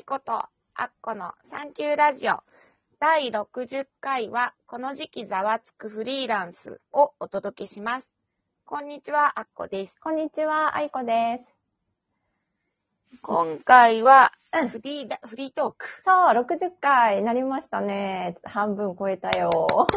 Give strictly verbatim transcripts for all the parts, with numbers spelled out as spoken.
いことあっこのサンキューラジオだいろくじゅっかいはこの時期ざわつくフリーランスをお届けします。こんにちは、あっこです。 こんにちは、あいこです。 今回はうんフリーだ、フリートーク。 そう、ろくじゅっかいになりましたね。半分超えたよ。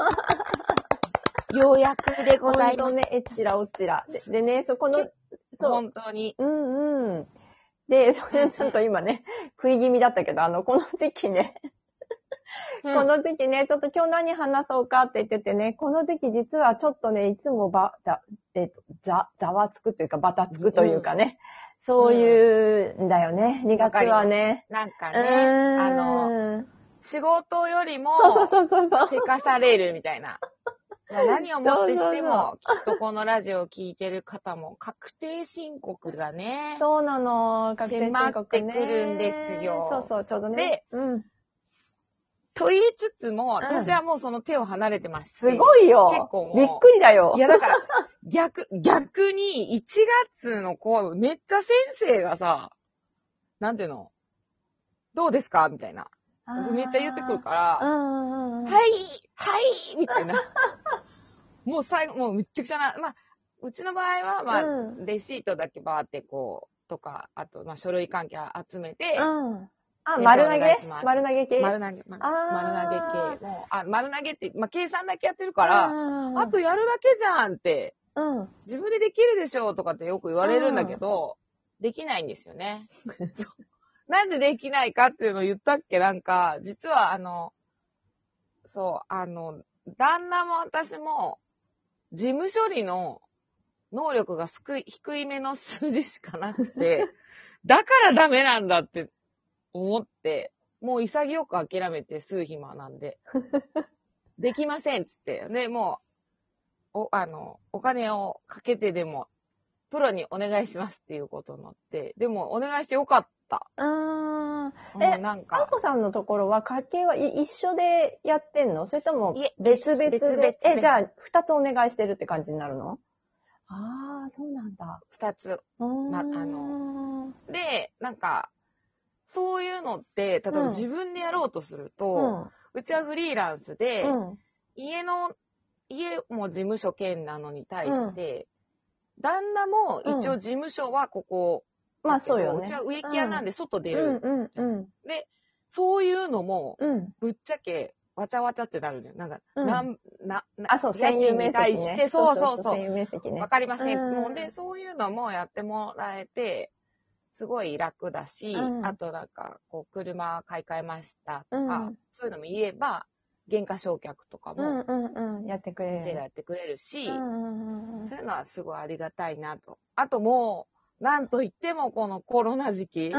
ようやくでございます。 ほんとね、えっちらおっちら。で、でね、そこの、そう。 本当に。 うんうん。で、それちょっと今ね、食い気味だったけど、あの、この時期ね、 うん、 この時期ね、ちょっと今日何話そうかって言っててね、この時期実はちょっとね、いつもば、だ、えっと、ざ、ざわつくというか、ばたつくというかね、うん、そういうんだよね、にがつはね。 なんかね、あの、仕事よりも、 そうそうそうそう。 せかされるみたいな。何をもってしても、きっとこのラジオを聞いてる方も、確定申告がね、 そうなの、 確定申告、ね、迫ってくるんですよ。 そうそう、ちょうどね。 で、 うん、 と言いつつも、私はもうその手を離れてまして。 すごいよ。結構もう。びっくりだよ。 いやだから、逆、逆にいちがつの子、めっちゃ先生がさ、なんていうの、どうですかみたいな。めっちゃ言ってくるから、 うんうんうん、 はい、はいみたいな。もう最後、もうめっちゃくちゃな、まあ、うちの場合は、まあ、うん、レシートだけバーってこう、とか、あと、まあ、書類関係集めて、 うんあ、丸投げ丸投げ系丸投げ、丸投げ系。もう、あ、丸投げって、まあ、計算だけやってるから、あとやるだけじゃんって、うん、自分でできるでしょうとかってよく言われるんだけど、うん、できないんですよね。なんでできないかっていうのを言ったっけなんか、実はあの、そう、あの、旦那も私も、事務処理の能力が低いめの数字しかなくて、だからダメなんだって思って、もう潔く諦めて数暇なんで、できませんっつって、で、もう、お、あの、お金をかけてでも、プロにお願いしますっていうことになって、でもお願いしてよかった。 うーん。え、なんか。あいこさんのところは家計は一緒でやってんの？それとも別々で？別々でえ、じゃあ二つお願いしてるって感じになるの？ああ、そうなんだ。 二つ。ま、あの、で、なんか、そういうのって、例えば自分でやろうとすると、うん、うちはフリーランスで、うん、家の、家も事務所兼なのに対して、うん、旦那も一応事務所はここ、うん、まあそうよね。うちは植木屋なんで外出る。うんうんうん、で、そういうのも、ぶっちゃけ、わちゃわちゃってなるのよ。なんか、うん、なん、な、な、あ、そう、家賃に対して、ね、そうそうそう。占有面積ね。わかりません。うん、もうで、そういうのもやってもらえて、すごい楽だし、うん、あとなんか、こう、車買い替えましたとか、うん、そういうのも言えば、減価償却とかも、うんうんうん、やってくれる。店がやってくれるし、うんうんうん、そういうのはすごいありがたいなと。あともう、なんといってもこのコロナ時期、うん、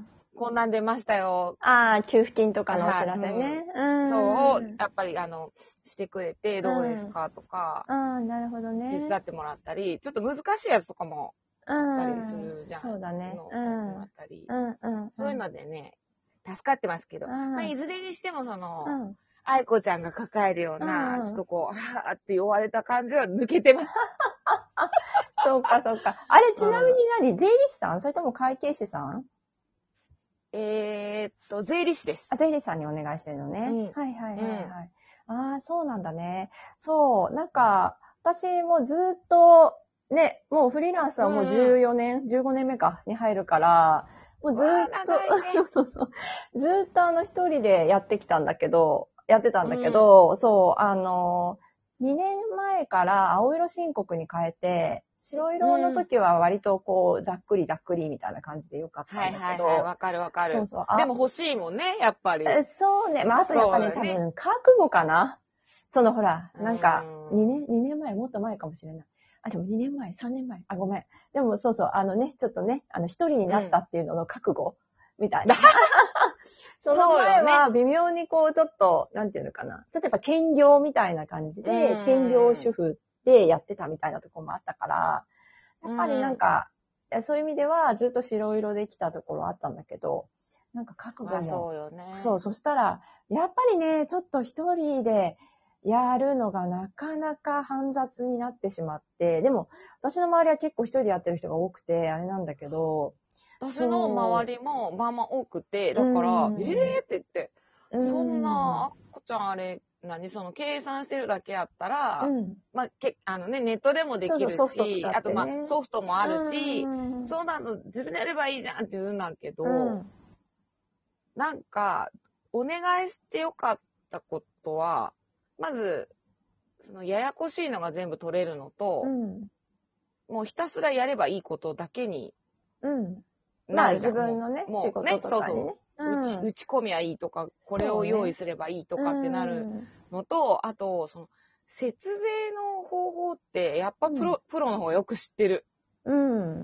こんなん出ましたよ。 ああ、給付金とかのお知らせね。 うん、そう、やっぱりあの、してくれて、どうですかとか、 うん、あなるほどね。 手伝ってもらったり、ちょっと難しいやつとかも、たりするじゃん。 そうだね。 うん。あったり。そういうのでね、助かってますけど。まあ、いずれにしてもその、愛子ちゃんが抱えるような、ちょっとこう、はーって言われた感じは抜けてます。 そうか、そうか。あれ、ちなみに何、税理士さんそれとも会計士さんえーっと、税理士です。 あ、税理士さんにお願いしてるのね。うん、はいはいはいはい。うん、ああ、そうなんだね。そう、なんか、私もずっと、ね、もうフリーランスはもうじゅうよねん、うん、じゅうごねんめかに入るから、もうずっと、ね、そうそうそう。ずっとあの一人でやってきたんだけど、やってたんだけど、うん、そう、あの、にねんまえから青色申告に変えて、白色の時は割とこう、ざっくりざっくりみたいな感じでよかったんだけど。はいはいはい、 わかるわかる。そうそう。でも欲しいもんね、やっぱり。 そうね。まあ、あとやっぱり、ね、多分、覚悟かな。そのほら、なんか、にねん、にねんまえ、もっと前かもしれない。あ、でもにねんまえ、さんねんまえ。あ、ごめん。でもそうそう、あのね、ちょっとね、あの、一人になったっていうのの覚悟、みたいな。その前は微妙にこう、ちょっと、なんていうのかな。例えば兼業みたいな感じで、兼業主婦でやってたみたいなところもあったから、やっぱりなんか、そういう意味ではずっと白色で来たところあったんだけど、なんか覚悟も。 そうよね。 そう、そしたら、やっぱりね、ちょっと一人でやるのがなかなか煩雑になってしまって、でも、私の周りは結構一人でやってる人が多くて、あれなんだけど、 私の周りもまあまあ多くて、だから、 うん、 えーって言って、 うん、 そんな、あっこちゃんあれ、何、その計算してるだけやったら、 うん、 まあ、け、あのね、ネットでもできるそうそう、ソフト使し、あとまあ、 ってね。 ソフトもあるし、 うん、 そうなの自分でやればいいじゃんって言うんだけうど、 ん、 なんか、お願いしてよかったことは、まず、そのややこしいのが全部取れるのと、 うん、 もうひたすらやればいいことだけにうん。まあ自なるじゃん。 分のね、仕事もうね、そうそとかにね。 う。打ち、打ち込みはいいとか、これを用意すればいいとかってなるのと、あと、その、節税の方法って、やっぱプロ、プロの方がよく知ってるうん。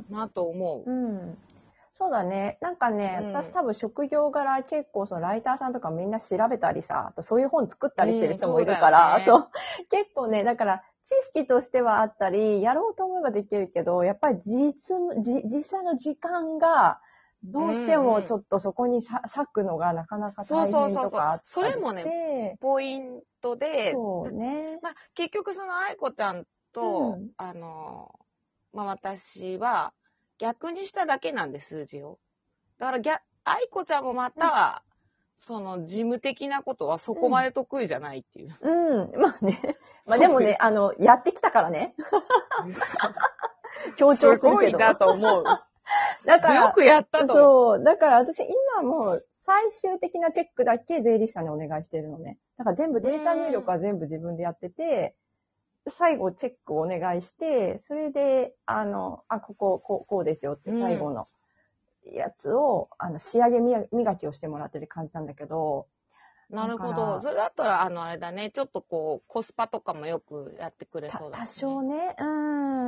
なと思う。うん。そうだね。なんかね、 うん私多分職業柄結構そのライターさんとかみんな調べたりさ、あとそういう本作ったりしてる人もいるから、 うんそうだよねそう。結構ね、だから知識としてはあったり、やろうと思えばできるけど、やっぱり実、じ実際の時間が、どうしてもちょっとそこにさ割くのがなかなかそう大変そうそうそう。 とかあったりしそれもね、 て、 ポイントで、 そうね。 まあ、結局その愛子ちゃんと、 うんあの、まあ、私は逆にしただけなんで、数字を。だから逆、愛子ちゃんもまた、うん、その事務的なことはそこまで得意じゃないっていう。 うん、うん、まあね。まあでもね、あの、やってきたからね。強調するけど。すごいなと思う。 だから、 よくやったと思う。そう。だから私今も最終的なチェックだけ税理士さんにお願いしてるのね。だから全部データ入力は全部自分でやってて、最後チェックをお願いして、それで、あの、あ、ここ、こう、こうですよって最後のやつを、あの、仕上げ磨きをしてもらってる感じなんだけど。 なるほど。それだったら、あの、あれだね、ちょっとこう、コスパとかもよくやってくれそうだね。 多少ね。うん、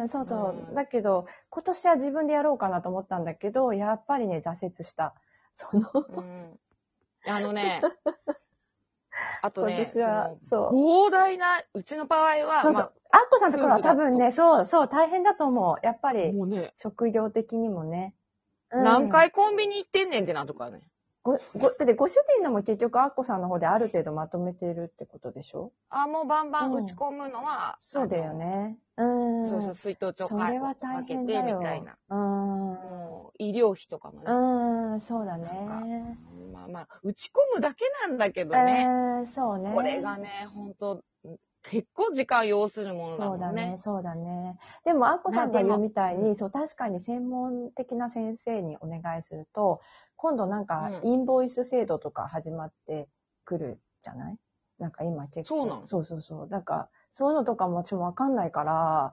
そうそう。うん、だけど、今年は自分でやろうかなと思ったんだけど、やっぱりね、挫折した。そのうん。あのね、あとね、 今年はそう。 膨大な、うちの場合は、 そうそう。 まあっこさんのところは多分ね、そうそう、大変だと思う。やっぱり、 もうね、 職業的にもね。 うん、何回コンビニ行ってんねんってなるからね。 ご、ご、だってご主人のも結局アッコさんの方である程度まとめてるってことでしょ？ あ、もうバンバン打ち込むのは、 うん、そうだよね。うん。 そうそう、水筒帳それは大変だよ。 みたいな。 うん。 もう、医療費とかもね。 うん、そうだね。 まあまあ、打ち込むだけなんだけどね。 えー、そうね。 これがね、本当結構時間要するものだもんね。 そうだね、そうだね。でも、アッコさんが言うみたいに、そう、確かに専門的な先生にお願いすると、今度なんか、インボイス制度とか始まってくるじゃない？なんか今結構。 そうなの？ そうそうそう。なんか、そういうのとかも私もわかんないから、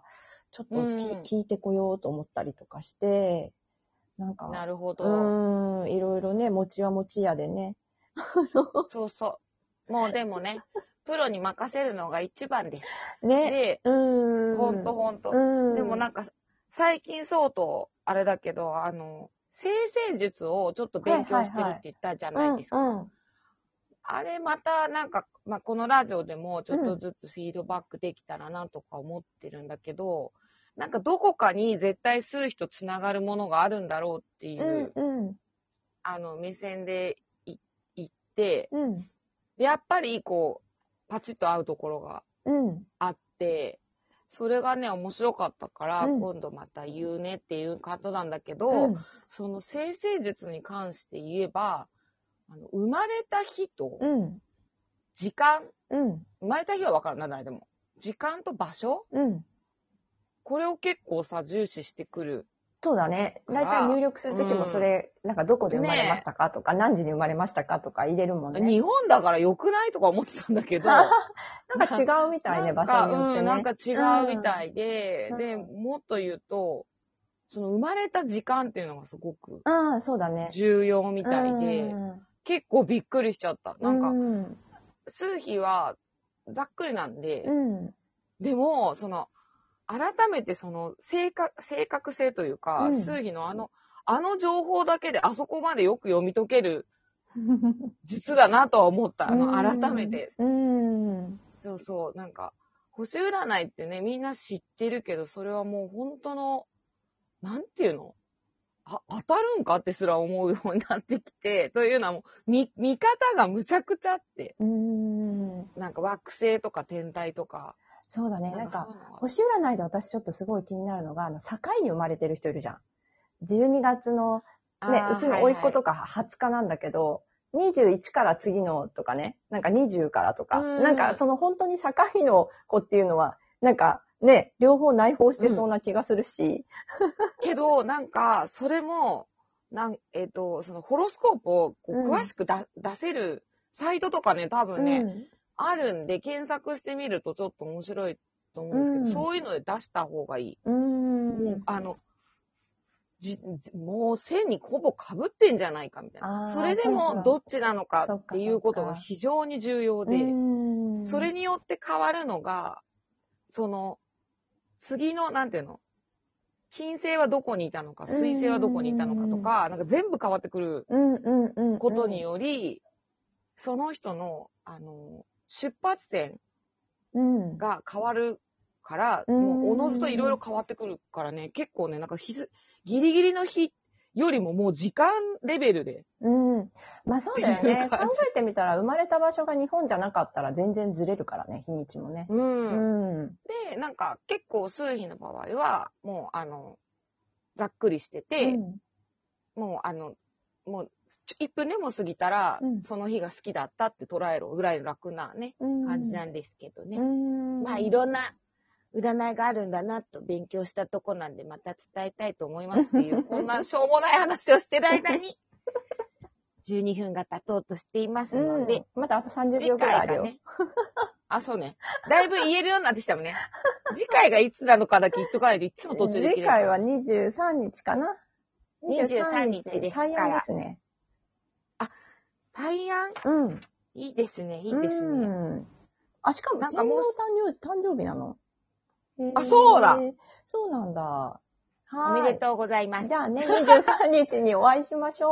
ちょっと、うん、聞いてこようと思ったりとかして、なんか、 なるほど。 うーん、いろいろね、餅は餅屋でね。 そうそう。もうでもね、プロに任せるのが一番です。 ね。 で、 うん。 ほんとほんと。でもなんか、最近そうと、あれだけど、あの、生成術をちょっと勉強してるって言ったじゃないですか。 はいはいはい、うんうん、 あれまたなんか、まあ、このラジオでもちょっとずつフィードバックできたらなとか思ってるんだけど、うん、なんかどこかに絶対数比とつながるものがあるんだろうっていう、うんうん、あの、目線でい行って、うん、で、やっぱりこう、パチッと合うところがあって、うん、それがね、面白かったから、うん、今度また言うねっていうことなんだけど、うん、その生成術に関して言えば、あの生まれた日と、時間、うん、生まれた日は分かるな、誰でも。時間と場所、うん、これを結構さ、重視してくる。 そうだね。だいたい入力するときもそれ、うん、なんかどこで生まれましたかとか、ね、何時に生まれましたかとか入れるもんね。 日本だから良くないとか思ってたんだけど。 なんか違うみたいね、場所によってね。 うん、なんか違うみたいで、うん、で、もっと言うと、その生まれた時間っていうのがすごく、 ああ、そうだね。 重要みたいで、うん、結構びっくりしちゃった。なんか、うん、数比はざっくりなんで、うん、でも、その、改めてその正確、正確性というか、うん、数比のあの、あの情報だけであそこまでよく読み解ける術だなとは思った。あの、改めて。うん、そうそう、なんか、星占いってね、みんな知ってるけど、それはもう本当の、なんていうのあ、当たるんかってすら思うようになってきて、というのはもう、見、見方がむちゃくちゃあって。うーん。なんか惑星とか天体とか。 そうだね。なんか、星占いで私ちょっとすごい気になるのが、あの、境に生まれてる人いるじゃん。じゅうにがつのね、うちの甥っ子とかはつかなんだけど、にじゅういちから次のとかね、なんかにじゅうからとか、なんかその本当に境の子っていうのは、なんかね、両方内包してそうな気がするし。 うん、けど、なんか、それも、なん、えっ、ー、と、そのホロスコープをこう詳しくだ、うん、出せるサイトとかね、多分ね、うん、あるんで、検索してみるとちょっと面白いと思うんですけど、うん、そういうので出した方がいい。うん、もう、あの、じもう線にほぼ被ってんじゃないかみたいな。それでもどっちなのかっていうことが非常に重要で、それによって変わるのが、その、次の、なんていうの、金星はどこにいたのか、水星はどこにいたのかとか、なんか全部変わってくることにより、その人の、あの、出発点が変わるから、もうおのずといろいろ変わってくるからね、結構ね、なんかひず、ギリギリの日よりももう時間レベルで。 うん。まあそうだよね。考えてみたら生まれた場所が日本じゃなかったら全然ずれるからね、日にちもね。 うん。うん、で、なんか結構数日の場合は、もうあの、ざっくりしてて、うん、もうあの、もういっぷんでも過ぎたら、うん、その日が好きだったって捉えろぐらいの楽なね、うん、感じなんですけどね。うん、まあいろんな占いがあるんだなと勉強したとこなんでまた伝えたいと思いますっていう、こんなしょうもない話をしてる間に、じゅうにふんが経とうとしていますので、 うん、まだあとさんじゅうびょうぐらいあるよ。 ね、あ、そうね。だいぶ言えるようになってきたもんね。次回がいつなのかだけ言っとかないといつも途中で切れる。 次回はにじゅうさんにちかな。 にじゅうさんにちですから。 大安ですね。 あ、大安？うん。いいですね、いいですね。うん。 あ、しかも、なんかもう誕生、誕生日なの？ あ、そうだ。 そうなんだ。 おめでとうございます。 じゃあね、にじゅうさんにちにお会いしましょう。